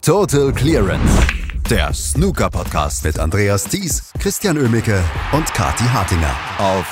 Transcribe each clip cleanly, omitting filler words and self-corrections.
Total Clearance, der Snooker-Podcast mit Andreas Thies, Christian Oemicke und Kathi Hartinger auf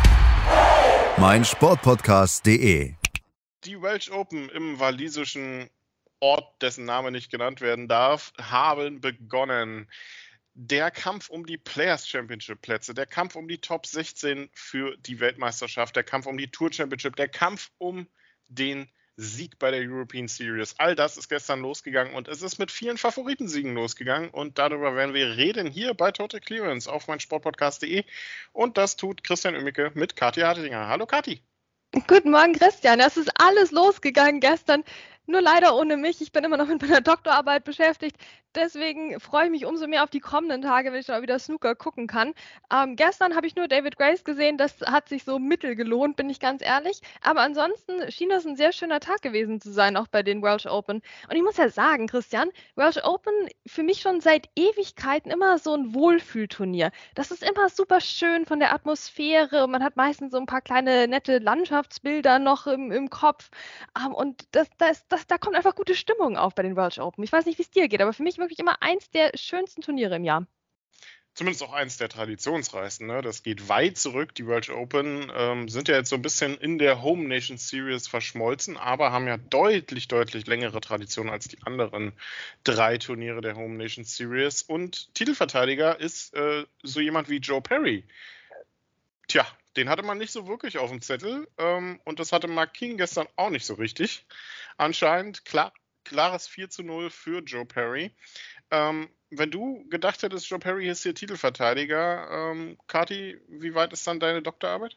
meinsportpodcast.de. Die Welsh Open im walisischen Ort, dessen Name nicht genannt werden darf, haben begonnen. Der Kampf um die Players Championship Plätze, der Kampf um die Top 16 für die Weltmeisterschaft, der Kampf um die Tour Championship, der Kampf um den Sieg bei der European Series. All das ist gestern losgegangen und es ist mit vielen Favoritensiegen losgegangen und darüber werden wir reden hier bei Total Clearance auf meinsportpodcast.de und das tut Christian Oemicke mit Kathi Hartinger. Hallo Kathi. Guten Morgen Christian, das ist alles losgegangen gestern, nur leider ohne mich. Ich bin immer noch mit meiner Doktorarbeit beschäftigt. Deswegen freue ich mich umso mehr auf die kommenden Tage, wenn ich dann auch wieder Snooker gucken kann. Gestern habe ich nur David Grace gesehen, das hat sich so mittel gelohnt, bin ich ganz ehrlich. Aber ansonsten schien das ein sehr schöner Tag gewesen zu sein, auch bei den Welsh Open. Und ich muss ja sagen, Christian, Welsh Open für mich schon seit Ewigkeiten immer so ein Wohlfühlturnier. Das ist immer super schön von der Atmosphäre und man hat meistens so ein paar kleine nette Landschaftsbilder noch im Kopf. Und da kommt einfach gute Stimmung auf bei den Welsh Open. Ich weiß nicht, wie es dir geht, aber für mich wirklich immer eins der schönsten Turniere im Jahr. Zumindest auch eins der traditionsreichsten. Ne? Das geht weit zurück. Die Welsh Open sind ja jetzt so ein bisschen in der Home Nation Series verschmolzen, aber haben ja deutlich längere Tradition als die anderen 3 Turniere der Home Nation Series. Und Titelverteidiger ist so jemand wie Joe Perry. Tja, den hatte man nicht so wirklich auf dem Zettel und das hatte Mark King gestern auch nicht so richtig. Anscheinend klares 4:0 für Joe Perry. Wenn du gedacht hättest, Joe Perry ist hier Titelverteidiger, Kathi, wie weit ist dann deine Doktorarbeit?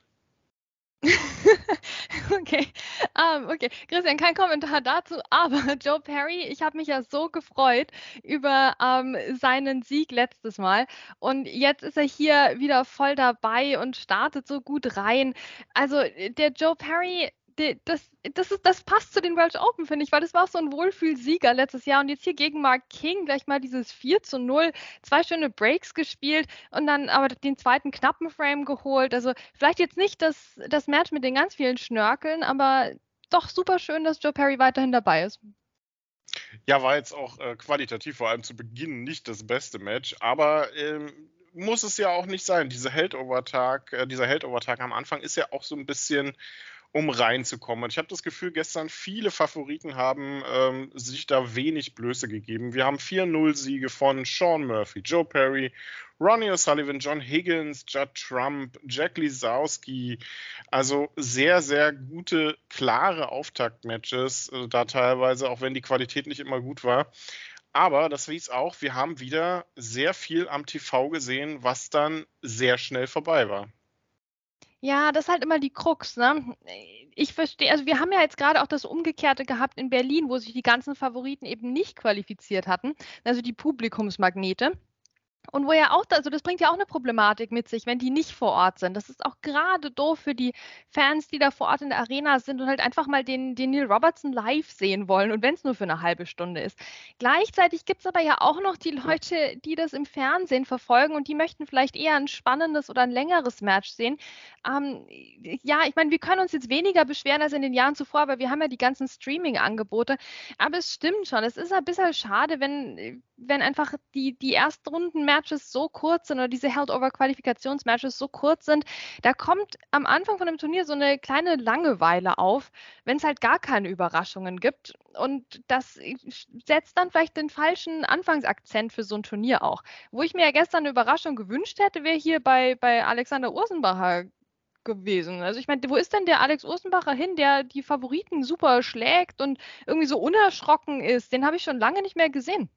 Okay. Christian, kein Kommentar dazu, aber Joe Perry, ich habe mich ja so gefreut über seinen Sieg letztes Mal und jetzt ist er hier wieder voll dabei und startet so gut rein. Also der Joe Perry, das passt zu den Welsh Open, finde ich, weil das war auch so ein Wohlfühlsieger letztes Jahr und jetzt hier gegen Mark King gleich mal dieses 4:0, 2 schöne Breaks gespielt und dann aber den zweiten knappen Frame geholt. Also vielleicht jetzt nicht das Match mit den ganz vielen Schnörkeln, aber doch super schön, dass Joe Perry weiterhin dabei ist. Ja, war jetzt auch qualitativ vor allem zu Beginn nicht das beste Match, aber muss es ja auch nicht sein. Dieser Held-Over-Tag am Anfang ist ja auch so ein bisschen um reinzukommen. Und ich habe das Gefühl, gestern viele Favoriten haben sich da wenig Blöße gegeben. Wir haben 4:0-Siege von Shaun Murphy, Joe Perry, Ronnie O'Sullivan, John Higgins, Judd Trump, Jack Lisowski. Also sehr, sehr gute, klare Auftaktmatches da teilweise, auch wenn die Qualität nicht immer gut war. Aber das hieß auch, wir haben wieder sehr viel am TV gesehen, was dann sehr schnell vorbei war. Ja, das ist halt immer die Krux, ne? Ich verstehe, also wir haben ja jetzt gerade auch das Umgekehrte gehabt in Berlin, wo sich die ganzen Favoriten eben nicht qualifiziert hatten, also die Publikumsmagnete. Und wo ja auch, also das bringt ja auch eine Problematik mit sich, wenn die nicht vor Ort sind. Das ist auch gerade doof für die Fans, die da vor Ort in der Arena sind und halt einfach mal den Neil Robertson live sehen wollen und wenn es nur für eine halbe Stunde ist. Gleichzeitig gibt es aber ja auch noch die Leute, die das im Fernsehen verfolgen und die möchten vielleicht eher ein spannendes oder ein längeres Match sehen. Ja, ich meine, wir können uns jetzt weniger beschweren als in den Jahren zuvor, aber wir haben ja die ganzen Streaming-Angebote. Aber es stimmt schon, es ist ein bisschen schade, wenn einfach die ersten Runden-Matches so kurz sind oder diese Held-Over-Qualifikationsmatches so kurz sind, da kommt am Anfang von dem Turnier so eine kleine Langeweile auf, wenn es halt gar keine Überraschungen gibt. Und das setzt dann vielleicht den falschen Anfangsakzent für so ein Turnier auch. Wo ich mir ja gestern eine Überraschung gewünscht hätte, wäre hier bei Alexander Ursenbacher gewesen. Also ich meine, wo ist denn der Alex Ursenbacher hin, der die Favoriten super schlägt und irgendwie so unerschrocken ist? Den habe ich schon lange nicht mehr gesehen.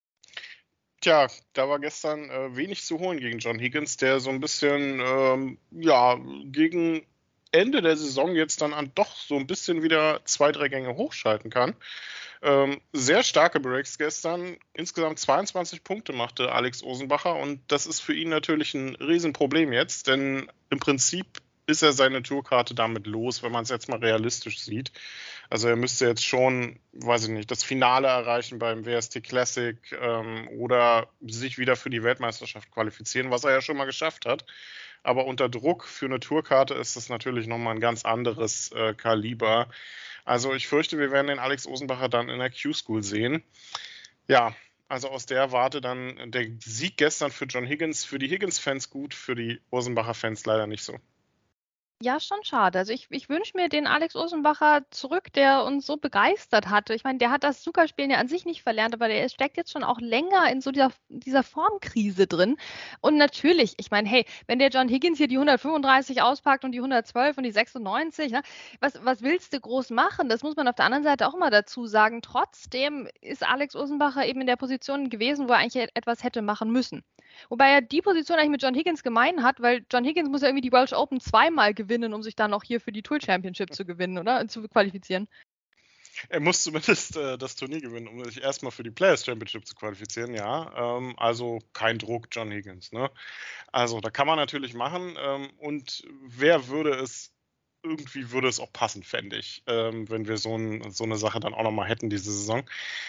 Tja, da war gestern wenig zu holen gegen John Higgins, der so ein bisschen gegen Ende der Saison jetzt dann doch so ein bisschen wieder 2, 3 Gänge hochschalten kann. Sehr starke Breaks gestern. Insgesamt 22 Punkte machte Alex Ursenbacher und das ist für ihn natürlich ein Riesenproblem jetzt, denn im Prinzip ist er seine Tourkarte damit los, wenn man es jetzt mal realistisch sieht. Also er müsste jetzt schon, weiß ich nicht, das Finale erreichen beim WST Classic oder sich wieder für die Weltmeisterschaft qualifizieren, was er ja schon mal geschafft hat. Aber unter Druck für eine Tourkarte ist das natürlich nochmal ein ganz anderes Kaliber. Also ich fürchte, wir werden den Alex Ursenbacher dann in der Q-School sehen. Ja, also aus der Warte dann der Sieg gestern für John Higgins, für die Higgins-Fans gut, für die Ursenbacher-Fans leider nicht so. Ja, schon schade. Also ich wünsche mir den Alex Ursenbacher zurück, der uns so begeistert hatte. Ich meine, der hat das Snookerspielen ja an sich nicht verlernt, aber der steckt jetzt schon auch länger in so dieser Formkrise drin. Und natürlich, ich meine, hey, wenn der John Higgins hier die 135 auspackt und die 112 und die 96, ne, was willst du groß machen? Das muss man auf der anderen Seite auch mal dazu sagen. Trotzdem ist Alex Ursenbacher eben in der Position gewesen, wo er eigentlich etwas hätte machen müssen. Wobei er die Position eigentlich mit John Higgins gemein hat, weil John Higgins muss ja irgendwie die Welsh Open zweimal gewinnen, um sich dann auch hier für die Tour Championship zu gewinnen, oder? Zu qualifizieren. Er muss zumindest das Turnier gewinnen, um sich erstmal für die Players Championship zu qualifizieren, ja. Also kein Druck, John Higgins, ne? Also da kann man natürlich machen. Und wer würde es auch passen, fände ich, wenn wir so eine Sache dann auch nochmal hätten diese Saison.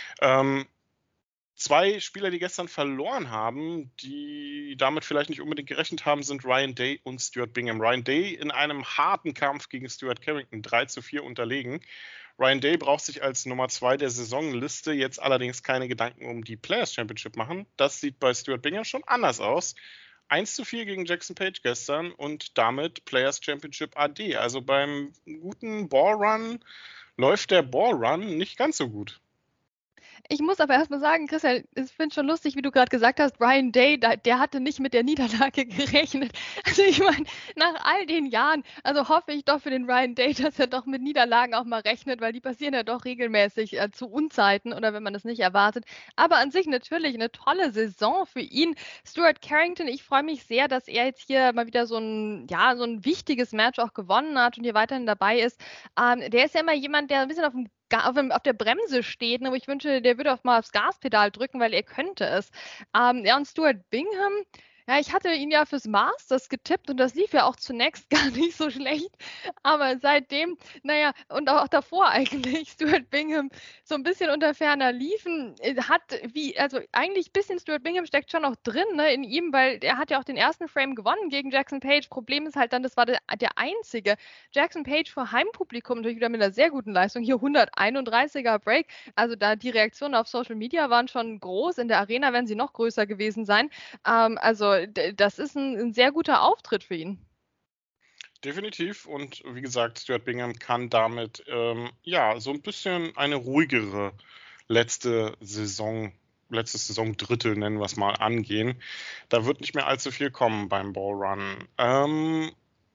Zwei Spieler, die gestern verloren haben, die damit vielleicht nicht unbedingt gerechnet haben, sind Ryan Day und Stuart Bingham. Ryan Day in einem harten Kampf gegen Stuart Carrington 3-4 unterlegen. Ryan Day braucht sich als Nummer 2 der Saisonliste jetzt allerdings keine Gedanken um die Players Championship machen. Das sieht bei Stuart Bingham schon anders aus. 1-4 gegen Jackson Page gestern und damit Players Championship AD. Also beim guten Ballrun läuft der Ballrun nicht ganz so gut. Ich muss aber erstmal sagen, Christian, ich finde es schon lustig, wie du gerade gesagt hast, Ryan Day, der hatte nicht mit der Niederlage gerechnet. Also ich meine, nach all den Jahren, also hoffe ich doch für den Ryan Day, dass er doch mit Niederlagen auch mal rechnet, weil die passieren ja doch regelmäßig zu Unzeiten oder wenn man das nicht erwartet. Aber an sich natürlich eine tolle Saison für ihn. Stuart Carrington, ich freue mich sehr, dass er jetzt hier mal wieder so ein wichtiges Match auch gewonnen hat und hier weiterhin dabei ist. Der ist ja immer jemand, der ein bisschen auf der Bremse steht, aber ich wünsche, der würde auch mal aufs Gaspedal drücken, weil er könnte es. Ja, und Stuart Bingham, ja, ich hatte ihn ja fürs Masters getippt und das lief ja auch zunächst gar nicht so schlecht, aber seitdem, naja, und auch davor eigentlich, Stuart Bingham so ein bisschen unter ferner liefen, also eigentlich ein bisschen Stuart Bingham steckt schon noch drin, ne, in ihm, weil er hat ja auch den ersten Frame gewonnen gegen Jackson Page. Problem ist halt dann, das war der einzige. Jackson Page vor Heimpublikum natürlich wieder mit einer sehr guten Leistung. Hier 131er Break. Also da die Reaktionen auf Social Media waren schon groß. In der Arena werden sie noch größer gewesen sein. Also das ist ein sehr guter Auftritt für ihn. Definitiv. Und wie gesagt, Stuart Bingham kann damit so ein bisschen eine ruhigere letztes Saisondrittel, nennen wir es mal, angehen. Da wird nicht mehr allzu viel kommen beim Ballrun.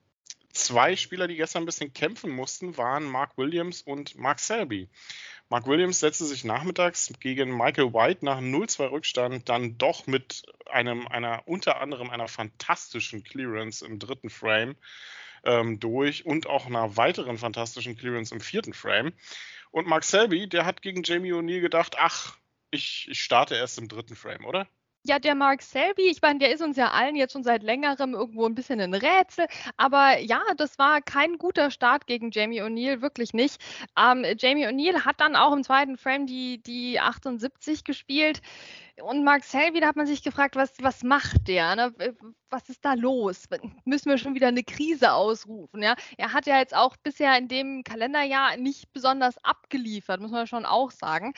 Zwei Spieler, die gestern ein bisschen kämpfen mussten, waren Mark Williams und Mark Selby. Mark Williams setzte sich nachmittags gegen Michael White nach 0-2 Rückstand dann doch mit unter anderem einer fantastischen Clearance im dritten Frame durch und auch einer weiteren fantastischen Clearance im vierten Frame. Und Mark Selby, der hat gegen Jamie O'Neill gedacht, ach, ich starte erst im dritten Frame, oder? Ja, der Mark Selby, ich meine, der ist uns ja allen jetzt schon seit längerem irgendwo ein bisschen ein Rätsel. Aber ja, das war kein guter Start gegen Jamie O'Neill, wirklich nicht. Jamie O'Neill hat dann auch im zweiten Frame die 78 gespielt. Und Mark Selby, da hat man sich gefragt, was macht der? Ne? Was ist da los? Müssen wir schon wieder eine Krise ausrufen? Ja? Er hat ja jetzt auch bisher in dem Kalenderjahr nicht besonders abgeliefert, muss man schon auch sagen.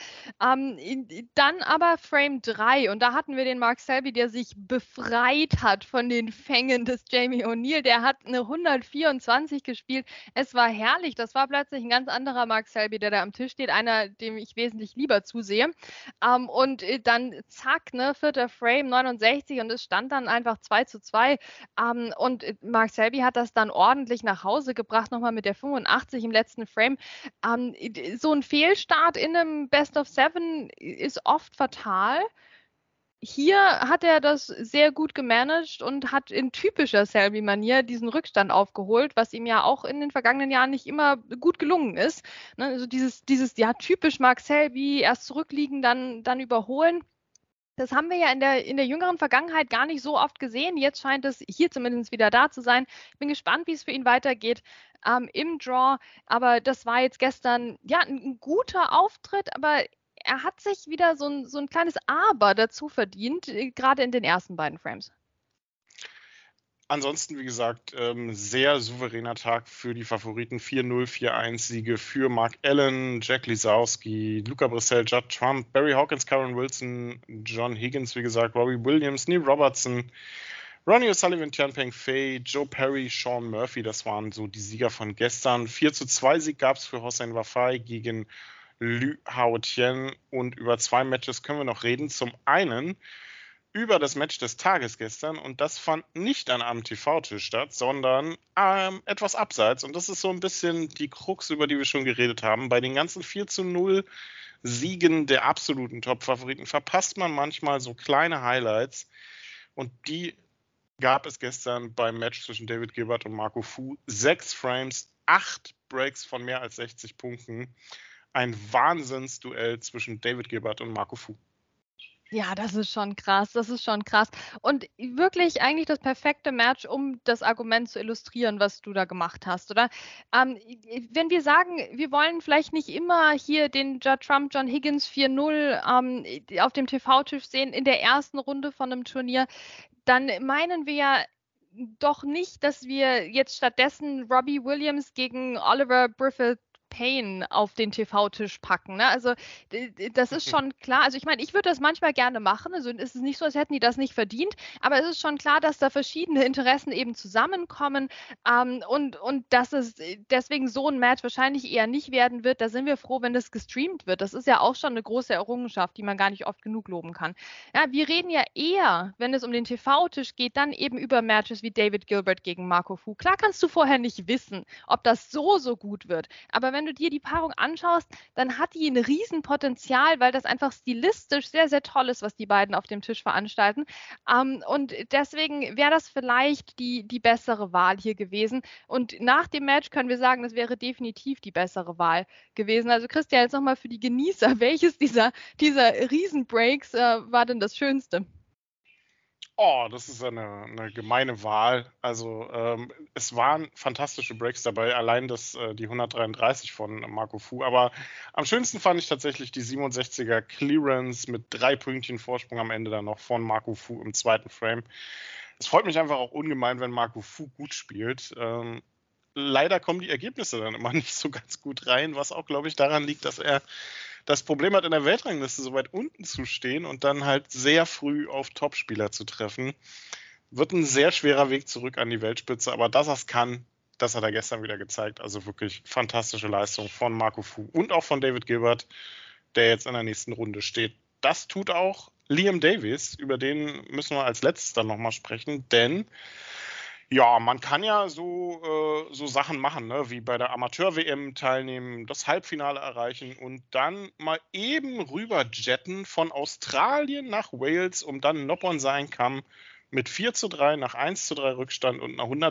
Dann aber Frame 3 und da hatten wir den Mark Selby, der sich befreit hat von den Fängen des Jamie O'Neill. Der hat eine 124 gespielt. Es war herrlich. Das war plötzlich ein ganz anderer Mark Selby, der da am Tisch steht. Einer, dem ich wesentlich lieber zusehe. Und dann zack, ne, vierter Frame, 69 und es stand dann einfach 2-2. Und Mark Selby hat das dann ordentlich nach Hause gebracht, nochmal mit der 85 im letzten Frame. So ein Fehlstart in einem Best of Seven ist oft fatal. Hier hat er das sehr gut gemanagt und hat in typischer Selby-Manier diesen Rückstand aufgeholt, was ihm ja auch in den vergangenen Jahren nicht immer gut gelungen ist. Ne, also dieses ja typisch Mark Selby, erst zurückliegen, dann überholen. Das haben wir ja in der jüngeren Vergangenheit gar nicht so oft gesehen. Jetzt scheint es hier zumindest wieder da zu sein. Ich bin gespannt, wie es für ihn weitergeht im Draw. Aber das war jetzt gestern ja ein guter Auftritt, aber er hat sich wieder so ein kleines Aber dazu verdient, gerade in den ersten beiden Frames. Ansonsten, wie gesagt, sehr souveräner Tag für die Favoriten. 4-0, 4-1-Siege für Mark Allen, Jack Lisowski, Luca Brissell, Judd Trump, Barry Hawkins, Karen Wilson, John Higgins, wie gesagt, Robbie Williams, Neil Robertson, Ronnie O'Sullivan, Tianpeng Fei, Joe Perry, Sean Murphy. Das waren so die Sieger von gestern. 4-2-Sieg gab es für Hossein Wafai gegen Lü Haotien. Und über 2 Matches können wir noch reden. Zum einen über das Match des Tages gestern, und das fand nicht an einem TV-Tisch statt, sondern etwas abseits, und das ist so ein bisschen die Krux, über die wir schon geredet haben. Bei den ganzen 4-0 Siegen der absoluten Top-Favoriten verpasst man manchmal so kleine Highlights, und die gab es gestern beim Match zwischen David Gilbert und Marco Fu. 6 Frames, 8 Breaks von mehr als 60 Punkten. Ein Wahnsinnsduell zwischen David Gilbert und Marco Fu. Ja, das ist schon krass, das ist schon krass. Und wirklich eigentlich das perfekte Match, um das Argument zu illustrieren, was du da gemacht hast, oder? Wenn wir sagen, wir wollen vielleicht nicht immer hier den Judd Trump, John Higgins 4-0 auf dem TV-Tisch sehen in der ersten Runde von einem Turnier, dann meinen wir ja doch nicht, dass wir jetzt stattdessen Robbie Williams gegen Oliver Griffith Payne auf den TV-Tisch packen. Ne? Also das ist schon klar. Also ich meine, ich würde das manchmal gerne machen. Also es ist nicht so, als hätten die das nicht verdient. Aber es ist schon klar, dass da verschiedene Interessen eben zusammenkommen und dass es deswegen so ein Match wahrscheinlich eher nicht werden wird. Da sind wir froh, wenn das gestreamt wird. Das ist ja auch schon eine große Errungenschaft, die man gar nicht oft genug loben kann. Ja, wir reden ja eher, wenn es um den TV-Tisch geht, dann eben über Matches wie David Gilbert gegen Marco Fu. Klar kannst du vorher nicht wissen, ob das so gut wird. Aber wenn du dir die Paarung anschaust, dann hat die ein Riesenpotenzial, weil das einfach stilistisch sehr, sehr toll ist, was die beiden auf dem Tisch veranstalten. Und deswegen wäre das vielleicht die bessere Wahl hier gewesen. Und nach dem Match können wir sagen, das wäre definitiv die bessere Wahl gewesen. Also Christian, jetzt nochmal für die Genießer, welches dieser Riesenbreaks war denn das Schönste? Oh, das ist eine gemeine Wahl. Also es waren fantastische Breaks dabei, allein die 133 von Marco Fu. Aber am schönsten fand ich tatsächlich die 67er Clearance mit 3 Pünktchen Vorsprung am Ende dann noch von Marco Fu im zweiten Frame. Es freut mich einfach auch ungemein, wenn Marco Fu gut spielt. Leider kommen die Ergebnisse dann immer nicht so ganz gut rein, was auch, glaube ich, daran liegt, dass er das Problem hat, in der Weltrangliste so weit unten zu stehen und dann halt sehr früh auf Topspieler zu treffen. Wird ein sehr schwerer Weg zurück an die Weltspitze, aber dass er es kann, das hat er gestern wieder gezeigt. Also wirklich fantastische Leistung von Marco Fu und auch von David Gilbert, der jetzt in der nächsten Runde steht. Das tut auch Liam Davis, über den müssen wir als letztes dann nochmal sprechen, denn ja, man kann ja so Sachen machen, ne? Wie bei der Amateur-WM teilnehmen, das Halbfinale erreichen und dann mal eben rüber jetten von Australien nach Wales, um dann Noppon Seinkam mit 4-3 nach 1-3 Rückstand und einem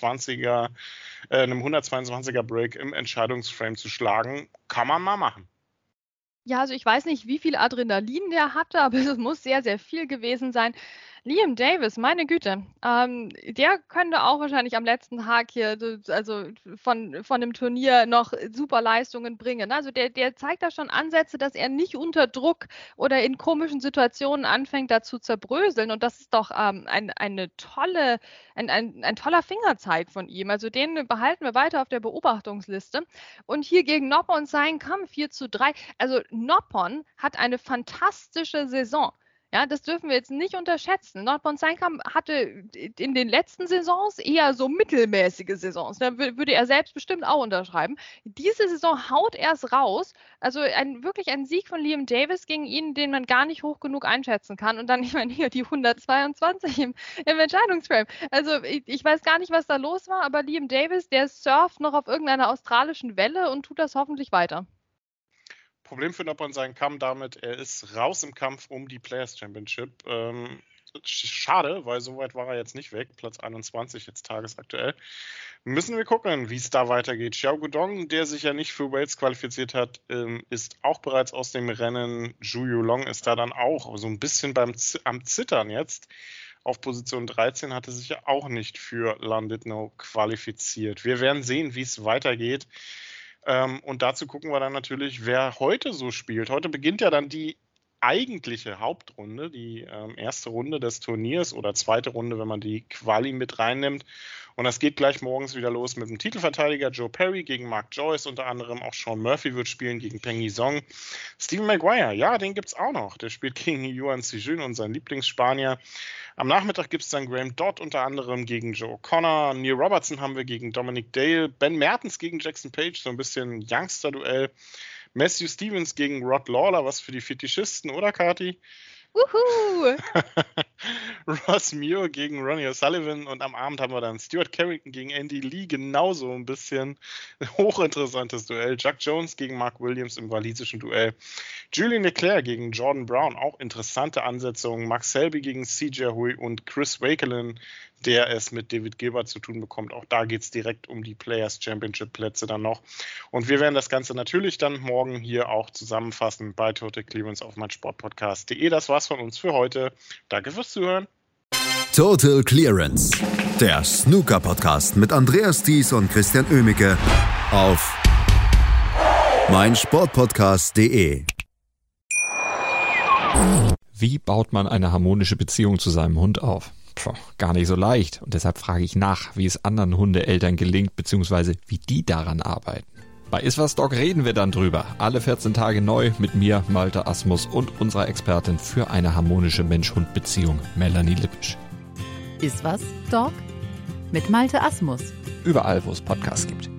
122er Break im Entscheidungsframe zu schlagen. Kann man mal machen. Ja, also ich weiß nicht, wie viel Adrenalin der hatte, aber es muss sehr, sehr viel gewesen sein. Liam Davis, meine Güte, der könnte auch wahrscheinlich am letzten Tag hier, also von dem Turnier noch super Leistungen bringen. Also der zeigt da schon Ansätze, dass er nicht unter Druck oder in komischen Situationen anfängt, da zu zerbröseln. Und das ist doch ein toller Fingerzeig von ihm. Also den behalten wir weiter auf der Beobachtungsliste. Und hier gegen Noppon Seinkam 4-3. Also Noppon hat eine fantastische Saison. Ja, das dürfen wir jetzt nicht unterschätzen. Noppon Seinkam hatte in den letzten Saisons eher so mittelmäßige Saisons. Da würde er selbst bestimmt auch unterschreiben. Diese Saison haut er es raus. Also wirklich ein Sieg von Liam Davis gegen ihn, den man gar nicht hoch genug einschätzen kann. Und dann, ich meine, hier die 122 im Entscheidungsframe. Also ich weiß gar nicht, was da los war, aber Liam Davis, der surft noch auf irgendeiner australischen Welle und tut das hoffentlich weiter. Problem für Noppon Seinkam damit, er ist raus im Kampf um die Players Championship. Schade, weil so weit war er jetzt nicht weg. Platz 21 jetzt tagesaktuell. Müssen wir gucken, wie es da weitergeht. Xiao Guodong, der sich ja nicht für Wales qualifiziert hat, ist auch bereits aus dem Rennen. Zhu Yulong ist da dann auch so ein bisschen am Zittern jetzt. Auf Position 13 hatte sich ja auch nicht für Llandudno qualifiziert. Wir werden sehen, wie es weitergeht. Und dazu gucken wir dann natürlich, wer heute so spielt. Heute beginnt ja dann die eigentliche Hauptrunde, die erste Runde des Turniers oder zweite Runde, wenn man die Quali mit reinnimmt. Und das geht gleich morgens wieder los mit dem Titelverteidiger Joe Perry gegen Mark Joyce, unter anderem auch Sean Murphy wird spielen gegen Peng Yizong. Stephen Maguire, ja, den gibt's auch noch. Der spielt gegen Yuan Sijun, unseren Lieblingsspanier. Am Nachmittag gibt es dann Graham Dodd unter anderem gegen Joe O'Connor. Neil Robertson haben wir gegen Dominic Dale. Ben Mertens gegen Jackson Page, so ein bisschen Youngster-Duell. Matthew Stevens gegen Rod Lawler, was für die Fetischisten, oder Kati? Wuhu! Ross Muir gegen Ronnie O'Sullivan und am Abend haben wir dann Stuart Carrington gegen Andy Lee, genauso ein bisschen hochinteressantes Duell. Jack Jones gegen Mark Williams im walisischen Duell. Julien Leclerc gegen Jordan Brown, auch interessante Ansetzungen. Max Selby gegen CJ Hui und Chris Wakelin, der es mit David Gilbert zu tun bekommt. Auch da geht es direkt um die Players Championship Plätze dann noch. Und wir werden das Ganze natürlich dann morgen hier auch zusammenfassen bei Total Clearance auf meinsportpodcast.de. Das war's von uns für heute. Danke fürs Zuhören. Total Clearance, der Snooker-Podcast mit Andreas Thies und Christian Oemicke auf meinsportpodcast.de. Wie baut man eine harmonische Beziehung zu seinem Hund auf? Gar nicht so leicht. Und deshalb frage ich nach, wie es anderen Hundeeltern gelingt, beziehungsweise wie die daran arbeiten. Bei Iswas Dog reden wir dann drüber. Alle 14 Tage neu mit mir, Malte Asmus und unserer Expertin für eine harmonische Mensch-Hund-Beziehung, Melanie Lippisch. Iswas Dog mit Malte Asmus. Überall, wo es Podcasts gibt.